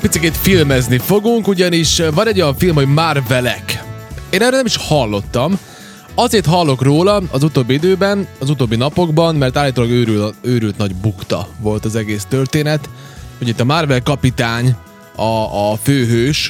picit filmezni fogunk, ugyanis van egy olyan film, hogy Marvelek. Én erről nem is hallottam. Azért hallok róla az utóbbi időben, az utóbbi napokban, mert állítólag őrült nagy bukta volt az egész történet. Hogy itt a Marvel kapitány, a főhős,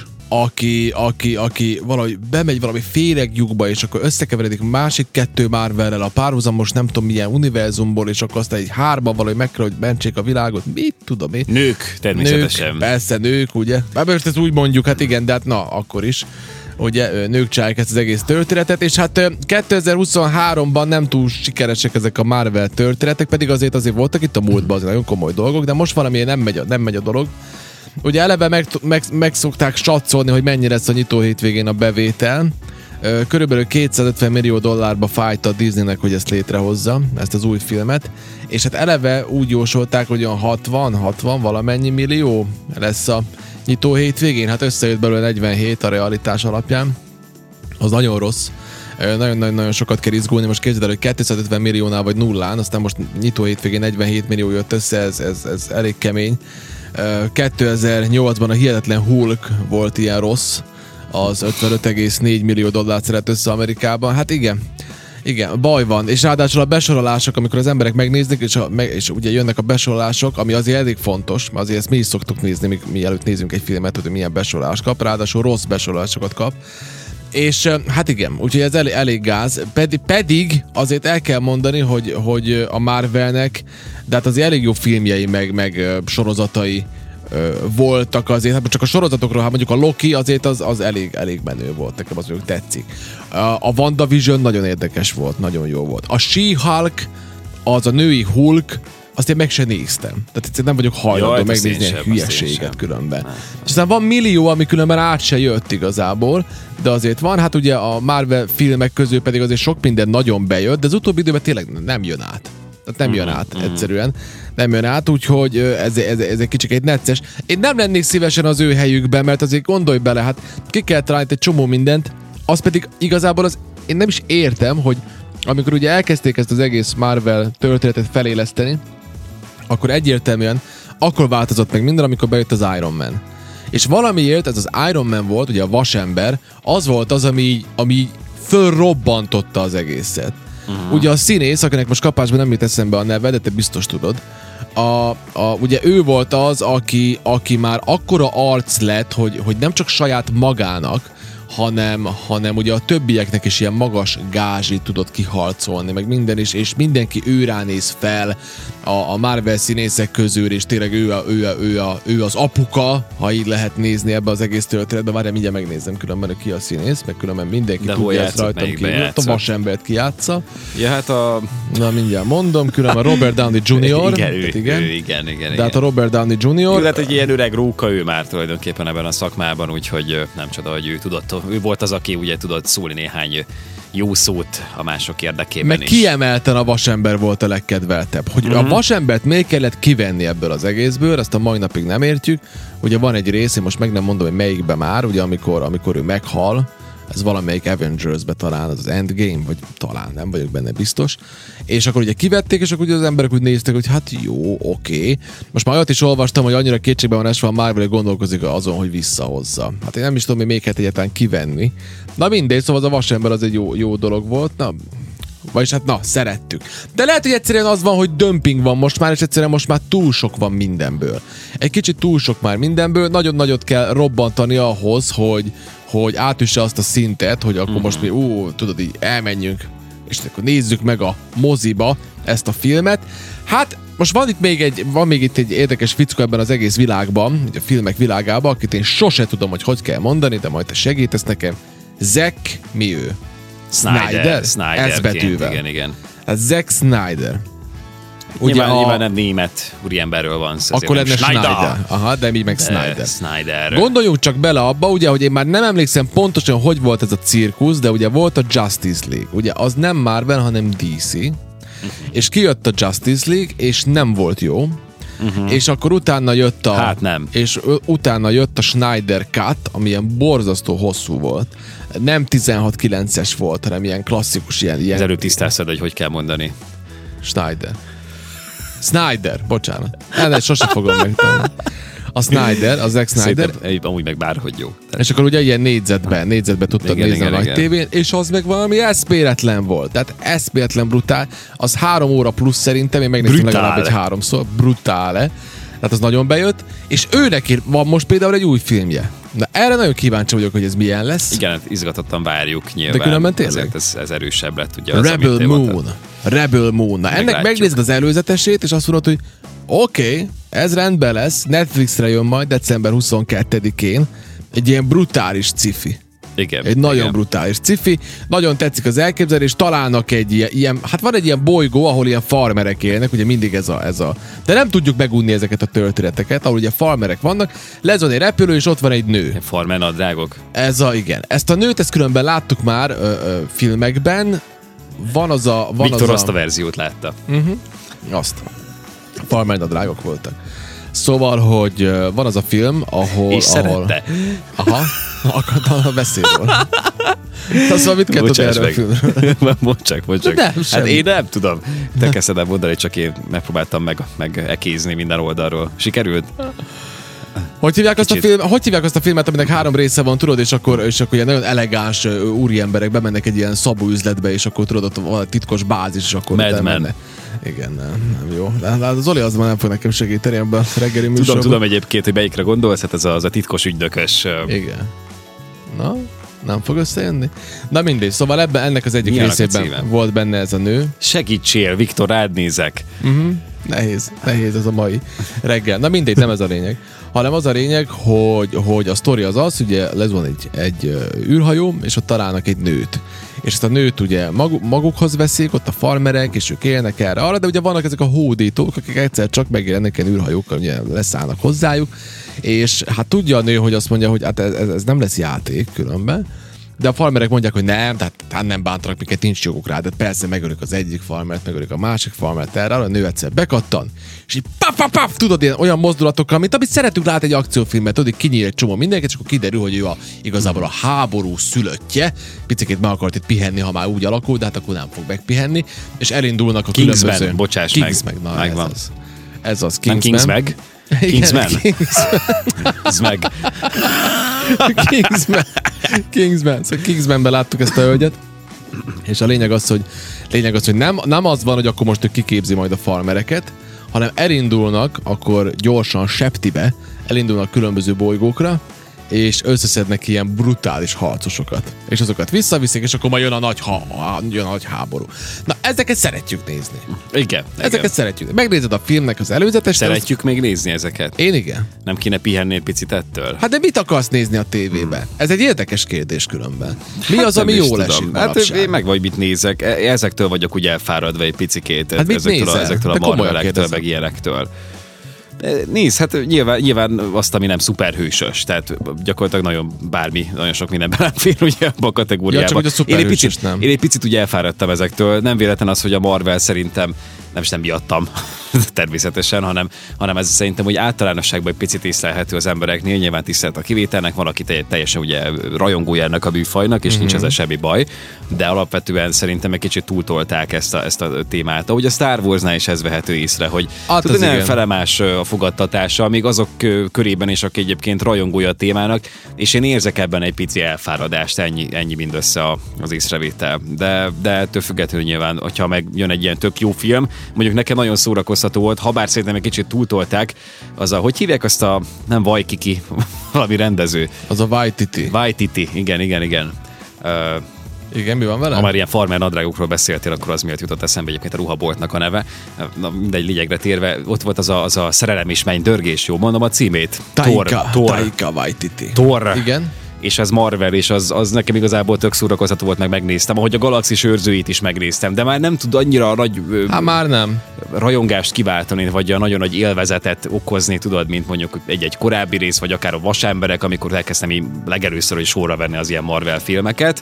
aki valahogy bemegy valami féreglyukba, és akkor összekeveredik másik kettő Marvel-rel a párhuzamos, nem tudom milyen univerzumból, és akkor aztán egy hárban valahogy meg kell, hogy mentsék a világot. Mit tudom én? Nők, természetesen. Nők, persze, nők, ugye? Most ezt úgy mondjuk, hát igen, de hát na, akkor is. Ugye nők csinálják ezt az egész történetet, és hát 2023-ban nem túl sikeresek ezek a Marvel történetek, pedig azért voltak itt a múltban azért nagyon komoly dolgok, de most valamiért nem megy a dolog. Ugye eleve meg szokták satszolni, hogy mennyire lesz a nyitó hétvégén a bevétel. Körülbelül $250 millió fájt a Disneynek, hogy ezt létrehozza, ezt az új filmet. És hát eleve úgy jósolták, hogy olyan 60 valamennyi millió lesz a nyitó hétvégén. Hát összejött belőle 47 a realitás alapján. Az nagyon rossz. Nagyon sokat kell izgulni. Most képzeld el, hogy 250 milliónál vagy nullán, aztán most nyitó hétvégén 47 millió jött össze, ez elég kemény. 2008-ban a Hihetetlen Hulk volt ilyen rossz, az $55,4 millió szeret össze Amerikában. Hát igen, baj van. És ráadásul a besorolások, amikor az emberek megnéznek, és ugye jönnek a besorolások, ami azért elég fontos, mert azért ezt mi is szoktuk nézni, mielőtt nézünk egy filmet, hogy milyen besorolást kap, ráadásul rossz besorolásokat kap. És hát igen, úgyhogy ez elég gáz, pedig azért el kell mondani, hogy a Marvelnek, de hát azért elég jó filmjei, meg sorozatai voltak azért, hát csak a sorozatokról, hát mondjuk a Loki azért az elég menő volt, nekem az mondjuk tetszik. A WandaVision nagyon érdekes volt, nagyon jó volt. A She-Hulk, az a női Hulk, azt én meg se néztem. Tehát nem vagyok hajlandó megnézni egy hülyeséget különben. És aztán van millió, ami különben át se jött igazából, de azért van, hát ugye a Marvel filmek közül pedig azért sok minden nagyon bejött, de az utóbbi időben tényleg nem jön át. Tehát nem jön át egyszerűen. Nem jön át, úgyhogy ez egy kicsit necces. Én nem lennék szívesen az ő helyükben, mert azért gondolj bele, hát ki kell találni egy csomó mindent, az pedig igazából én nem is értem, hogy amikor ugye elkezdték ezt az egész Marvel történetet feléleszteni, akkor egyértelműen akkor változott meg minden, amikor bejött az Iron Man. És valamiért ez az Iron Man volt, ugye a vasember, az volt az, ami fölrobbantotta az egészet. Ugye a színész, akinek most kapásban nem jut eszembe a neve, de te biztos tudod, ugye ő volt az, aki már akkora arc lett, hogy nem csak saját magának, hanem ugye a többieknek is ilyen magas gázsit tudott kiharcolni, meg minden is, és mindenki őrá néz fel a Marvel színészek közül, és tényleg ő az apuka, ha így lehet nézni ebbe az egész történetbe. Várjál, mindjárt megnézem különben, hogy ki a színész, meg különben mindenki tudja ezt rajtam kívül. A vasembert kijátsza. Ja, hát Na, mindjárt mondom, különben Robert Downey Jr. Igen. De hát a Robert Downey Jr. Lehet, hogy ilyen öreg róka ő már tulajdonképpen ebben a szakmában, úgyhogy nem csoda, hogy ő volt az, aki ugye tudott szólni néhány jó szót a mások érdekében meg is. Kiemelten a vasember volt a legkedveltebb. Hogy a vasembert miért kellett kivenni ebből az egészből, azt a mai napig nem értjük. Ugye van egy rész, én most meg nem mondom, hogy melyikben már, ugye amikor ő meghal, ez valamelyik Avengers-be talán, az Endgame, vagy talán, nem vagyok benne biztos. És akkor ugye kivették, és akkor ugye az emberek úgy néztek, hogy hát jó, oké. Most már olyat is olvastam, hogy annyira kétségben van esve, a Marvel, hogy gondolkozik azon, hogy visszahozza. Hát én nem is tudom, hogy még egyáltalán kivenni. Na mindegy, szóval az a vasember az egy jó dolog volt. Vagyis hát szerettük. De lehet, hogy egyszerűen az van, hogy dömping van most már, és egyszerűen most már túl sok van mindenből. Egy kicsit túl sok már mindenből, nagyon nagyot kell robbantani ahhoz, hogy átüsse azt a szintet, hogy akkor most mi, tudod így, elmenjünk, és akkor nézzük meg a moziba ezt a filmet. Hát, most van még itt egy érdekes fickó ebben az egész világban, a filmek világában, akit én sose tudom, hogy kell mondani, de majd te segítesz nekem. Zack, mi ő? Snyder? Ez betűvel. Igen. Hát Zack Snyder. Ugye nyilván nem német úriemberről van szó. Akkor lenne Schneider. Aha, de mi meg Snyder. Gondoljunk csak bele abba, ugye, hogy én már nem emlékszem pontosan, hogy volt ez a cirkusz, de ugye volt a Justice League. Ugye az nem Marvel, hanem DC. És kijött a Justice League, és nem volt jó. És akkor utána jött és utána jött a Snyder Cut, ami ilyen borzasztó hosszú volt. Nem 16:9-es volt, hanem ilyen klasszikus, ilyen... Az előbb tisztáztad, hogy kell mondani. Snyder, bocsánat. Sose fogom megtanulni. a Snyder, az Zack Snyder. Szerintem amúgy meg bárhogy jó. És akkor ugye ilyen négyzetbe tudtad nézni a nagy tévén, és az meg valami eszméletlen volt. Tehát eszméletlen brutál. Az 3 óra plusz szerintem, én megnéztem legalább egy 3-szor. Brutále. Tehát az nagyon bejött. És őnek van most például egy új filmje. Na erre nagyon kíváncsi vagyok, hogy ez milyen lesz. Igen, izgatottan várjuk nyilván. De különben tényleg? Ez erősebb lett. Ugye az, Rebel Moon. Na ennek megnézed az előzetesét, és azt mondod, hogy oké, ez rendben lesz, Netflixre jön majd december 22-én egy ilyen brutális cifi. Igen. Egy nagyon brutális cifi. Nagyon tetszik az elképzelés, találnak egy ilyen, hát van egy ilyen bolygó, ahol ilyen farmerek élnek, ugye mindig ez a. De nem tudjuk megunni ezeket a történeteket, ahol ugye farmerek vannak, lesz van egy repülő, és ott van egy nő. Farmer nadrágok. Igen. Ezt a nőt, ezt különben láttuk már filmekben. Viktor azt a verziót látta. Azt. Farmer nadrágok voltak. Szóval, hogy van az a film, ahol... szerette. Aha, akadtan beszél róla. Szóval mit kell tudni erről a filmről? Mondd csak. Hát én nem tudom. Te kezdted el mondani, csak én megpróbáltam meg ekézni minden oldalról. Sikerült? Hogy hívják azt a filmet, aminek 3 része van, tudod, és akkor ilyen nagyon elegáns úriemberek bemennek egy ilyen szabóüzletbe, és akkor tudod, ott van egy titkos bázis, és akkor Mad Men. Igen, nem jó. De Zoli az már nem fog nekem segíteni ebben a reggeli műsorban. Tudom egyébként, hogy melyikre gondolsz, hát ez az a titkos ügynökös. Igen. Na, nem fog összejönni? Na mindegy, szóval ennek az egyik részében volt benne ez a nő. Segítsél, Viktor, rád nézek. Nehéz ez a mai reggel. Na mindegy, nem ez a lényeg. Hanem az a lényeg, hogy a sztori az, ugye lesz van egy űrhajó, és ott találnak egy nőt. És ezt a nőt ugye magukhoz veszik, ott a farmerek, és ők élnek erre arra, de ugye vannak ezek a hódítók, akik egyszer csak megjelennek ilyen űrhajókkal, ugye leszállnak hozzájuk, és hát tudja a nő, hogy azt mondja, hogy hát ez nem lesz játék különben, de a farmerek mondják, hogy nem, tehát nem bántanak minket, nincs joguk rá, de persze megölik az egyik farmert, megölik a másik farmert erre, a nő egyszer bekattan, és így paf, tudod, olyan mozdulatokkal, mint amit szeretünk látni egy akciófilmet, tudod, hogy kinyír egy csomó mindenki, és akkor kiderül, hogy ő igazából a háború szülöttje, picikét meg akart itt pihenni, ha már úgy alakul, de hát akkor nem fog megpihenni, és elindulnak a különböző... Kingsman, na, megvan. Ez az, Kingsman. Nem Kingsmeg? Kingsman. Kingsman. Szóval Kingsmanben láttuk ezt a hölgyet, és a lényeg az, hogy nem az van, hogy akkor most ő kiképzi majd a farmereket, hanem elindulnak akkor gyorsan septibe, elindulnak különböző bolygókra, és összeszednek ilyen brutális harcosokat. És azokat visszaviszik, és akkor majd jön a nagy háború. Na, ezeket szeretjük nézni. Igen. Ezeket szeretjük. Megnézed a filmnek az előzetes. Szeretjük még nézni ezeket. Én igen. Nem kéne pihenni egy picit ettől? Hát de mit akarsz nézni a tévében? Ez egy érdekes kérdés különben. Mi az, ami jól esik? Hát én meg vagy mit nézek. Ezektől vagyok ugye elfáradva egy picikét. Hát ezektől a Marvelektől, meg ilyenektől. Nézd, hát nyilván azt, ami nem szuperhősös, tehát gyakorlatilag nagyon sok minden belefér ugye abba a kategóriába. Ja, én egy picit ugye elfáradtam ezektől, nem véletlen az, hogy a Marvel szerintem nem miattam természetesen, hanem ez szerintem, hogy általánosságban egy picit észlelhető az embereknél, nyilván tisztelt a kivételnek, van, aki teljesen ugye rajongója ennek a műfajnak, és nincs ezzel semmi baj, de alapvetően szerintem egy kicsit túltolták ezt a témát. Ahogy a Star Warsnál is ez vehető észre, hogy nem felemás a fogadtatása, még azok körében is, aki egyébként rajongója a témának, és én érzek ebben egy pici elfáradást, ennyi mindössze az észrevétel. De ettől függetlenül nyilván, hogyha megjön egy ilyen tök jó film, mondjuk nekem nagyon szórakoztató volt, habár szerintem egy kicsit túltolták, hogy hívják azt a, nem Waikiki, valami rendező. Az a Waititi, igen. Igen, mi van vele? Ha már ilyen farmer nadrágokról beszéltél, akkor az miatt jutott eszembe egyébként a ruhaboltnak a neve. Na, mindegy, lényegre térve, ott volt az a szerelem és mennydörgés, jó mondom a címét? Taika Waititi. Thor. Igen. És ez Marvel, és az nekem igazából tök szórakoztató volt, megnéztem. Ahogy a Galaxis őrzőit is megnéztem, de már nem tud annyira nagy már nem. rajongást kiváltani, vagy a nagyon nagy élvezetet okozni, tudod, mint mondjuk egy korábbi rész, vagy akár a Vasemberek, amikor elkezdtem legelőször is sorra venni az ilyen Marvel filmeket.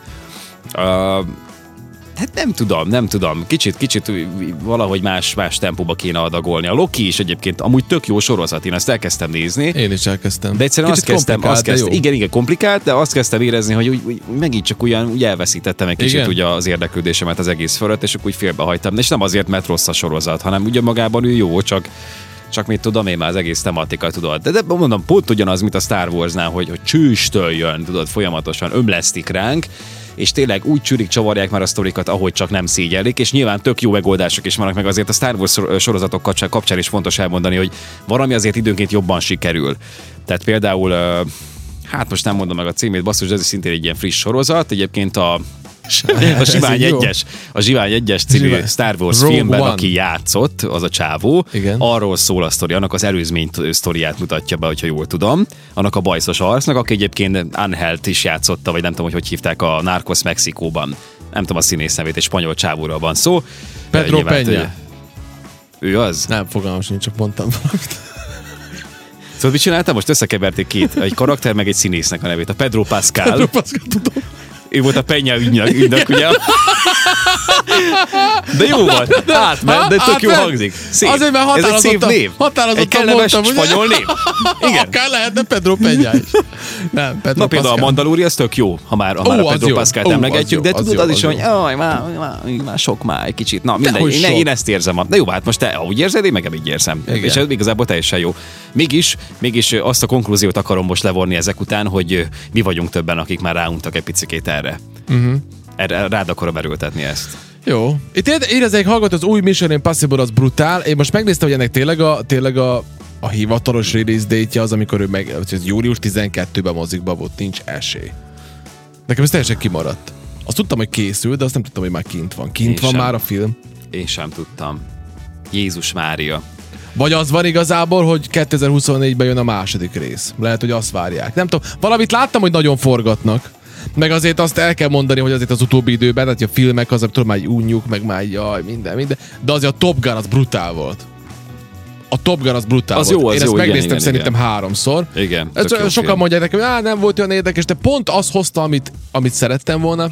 Hát nem tudom. Kicsit valahogy más tempóba kéne adagolni. A Loki is egyébként amúgy tök jó sorozat, én ezt elkezdtem nézni. Én is elkezdtem. De egyszerűen azt kezdtem, igen, komplikált, de azt kezdtem érezni, hogy úgy megint csak úgy elveszítettem egy kicsit ugye az érdeklődésemet az egész fölött, és akkor úgy félbehagytam. És nem azért, mert rossz a sorozat, hanem ugye magában ő jó, csak Csak mit tudom én már az egész tematika, tudod. De mondom, pont ugyanaz, mint a Star Warsnál, hogy csőstől jön, tudod, folyamatosan ömlesztik ránk, és tényleg úgy csürik, csavarják már a sztorikat, ahogy csak nem szégyellik, és nyilván tök jó megoldások is vannak, meg azért a Star Wars sorozatok kapcsán is fontos elmondani, hogy valami azért időnként jobban sikerül. Tehát például, hát most nem mondom meg a címét, basszus, ez is szintén egy ilyen friss sorozat, egyébként a Zsivány 1-es című Star Wars Rogue filmben, One. aki játszott, az a csávó, Igen. arról szól a sztori, annak az előzmény sztoriát mutatja be, hogyha jól tudom, annak a bajszos arcnak, aki egyébként Angelt is játszotta, vagy nem tudom, hogy hívták a Narcos Mexikóban. Nem tudom a színész nevét, egy spanyol csávóról van szó. Pedro Nyilván, Peña. Ő az? Nem, fogalmam sincs, csak mondtam valamit. Szóval mit csináltam? Most összekeverték egy karakter, meg egy színésznek a nevét. A Pedro Pascal. Pedro Pascal, tudom. Ő volt a Peña ügynök, ugye? De jó volt. Átment, de tök jó hangzik. Szép. Azért, mert ez egy szép név. Egy kellemes spanyol név. Igen. Akár lehetne Pedro Peña is. Nem, Pedro Na például a Mandalorian, ez tök jó, ha már a Pedro Pascalt emlegetjük, de tudod az is, hogy már sok már egy kicsit. Na mindegy, én ezt érzem. De jó, hát most te úgy érzed, én meg így érzem. És ez igazából teljesen jó. Mégis azt a konklúziót akarom most levonni ezek után, hogy mi vagyunk többen, akik már ráuntak egy picikét erre. Erre rád akarom erőltetni ezt. Jó. Itt érezzék, hallgat, az új Mission Impossible az brutál. Én most megnéztem, hogy ennek tényleg a hivatalos release date-ja az, amikor ő július 12-ben mozikban volt, nincs esély. Nekem ez teljesen kimaradt. Azt tudtam, hogy készül, de azt nem tudtam, hogy már kint van. Kint van már a film? Én sem tudtam. Jézus Mária. Vagy az van igazából, hogy 2024-ben jön a második rész. Lehet, hogy azt várják. Nem tudom, valamit láttam, hogy nagyon forgatnak. Meg azért azt el kell mondani, hogy azért az utóbbi időben, tehát a filmek azok, tudom, már unjuk, meg már jaj, minden. De azért a Top Gun az brutál volt. A Top Gun az brutál az volt. Jó, az én ezt jó, megnéztem igen, szerintem 3-szor. Igen. Sokan mondják nekem, hogy nem volt olyan érdekes, de pont az hozta, amit szerettem volna.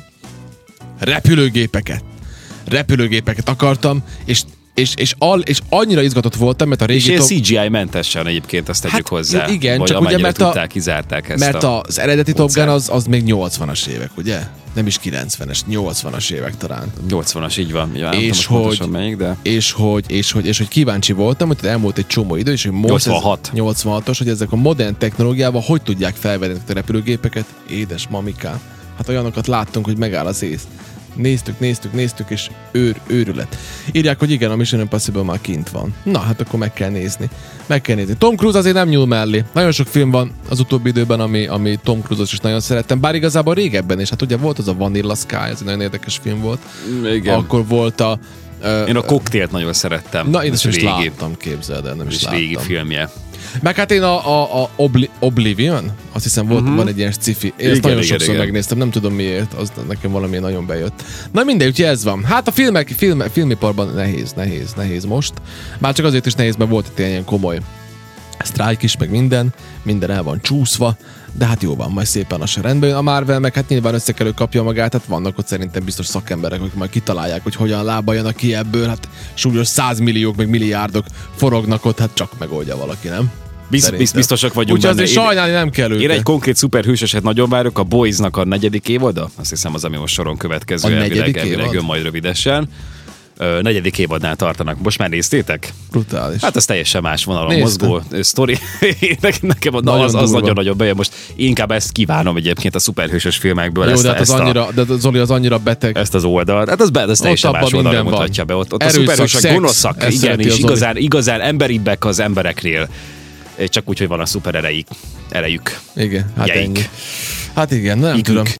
Repülőgépeket akartam, és annyira izgatott voltam, mert a régi... És CGI-mentesen egyébként, azt tegyük hozzá. Igen, vagy csak ugye, mert kizárták ezt mert az eredeti Top Gun az még 80-as évek, ugye? Nem is 90-es, 80-as évek talán. 80-as, így van. Ja, és hogy kíváncsi voltam, hogy elmúlt egy csomó idő, és hogy 86-os, hogy ezek a modern technológiával hogy tudják felvenni a repülőgépeket. Édes mamikám. Hát olyanokat láttunk, hogy megáll az ész. Néztük, és őrület. Írják, hogy igen, a Mission Impossible már kint van. Na, hát akkor meg kell nézni. Tom Cruise azért nem nyúl mellé. Nagyon sok film van az utóbbi időben, ami Tom Cruise-os is nagyon szerettem. Bár igazából régebben is. Hát ugye volt az a Vanilla Sky, ez egy nagyon érdekes film volt. Igen. Akkor volt a... én a Cocktail-t nagyon szerettem. Na, én is láttam, képzeld el, nem is láttam. Régi filmje. Meg hát én a Oblivion, azt hiszem van egy ilyen sci-fi. Én ezt nagyon sokszor megnéztem, nem tudom miért, az nekem valami nagyon bejött. Na mindegy, úgyhogy ez van. Hát a filmiparban nehéz most. Már csak azért is nehéz, mert volt itt ilyen komoly sztrájk is, meg minden el van csúszva, de hát jó van, majd szépen lassan rendben jön a Marvel, meg hát nyilván össze kell kapja magát, hát vannak ott szerintem biztos szakemberek, akik majd kitalálják, hogy hogyan lábaljanak ki ebből, hát súlyos 100 milliók, meg milliárdok forognak ott, hát csak megoldja valaki, nem? Biztosak vagyunk benne. Úgyhogy azért sajnálni nem kell őket. Én egy konkrét szuperhősöset nagyon várok, a Boys-nak a 4. évada, azt hiszem az, ami most soron következő, elvileg jön majd rövidesen. 4. évadnál tartanak. Most már néztétek? Brutális. Hát az teljesen más vonalon mozgó sztori. Nekem az nagyon-nagyon bejön. Most inkább ezt kívánom egyébként a szuperhősös filmekből. Jó, de Zoli az annyira beteg. Ezt az oldalt. Hát az teljesen más oldalon mutatja be. Ott a szuperhősök gonoszak, igen, és igazán emberibbek az embereknél. Csak úgy, hogy van a szuper erejük. Igen, hát ennyi. Hát igen, nem tudom.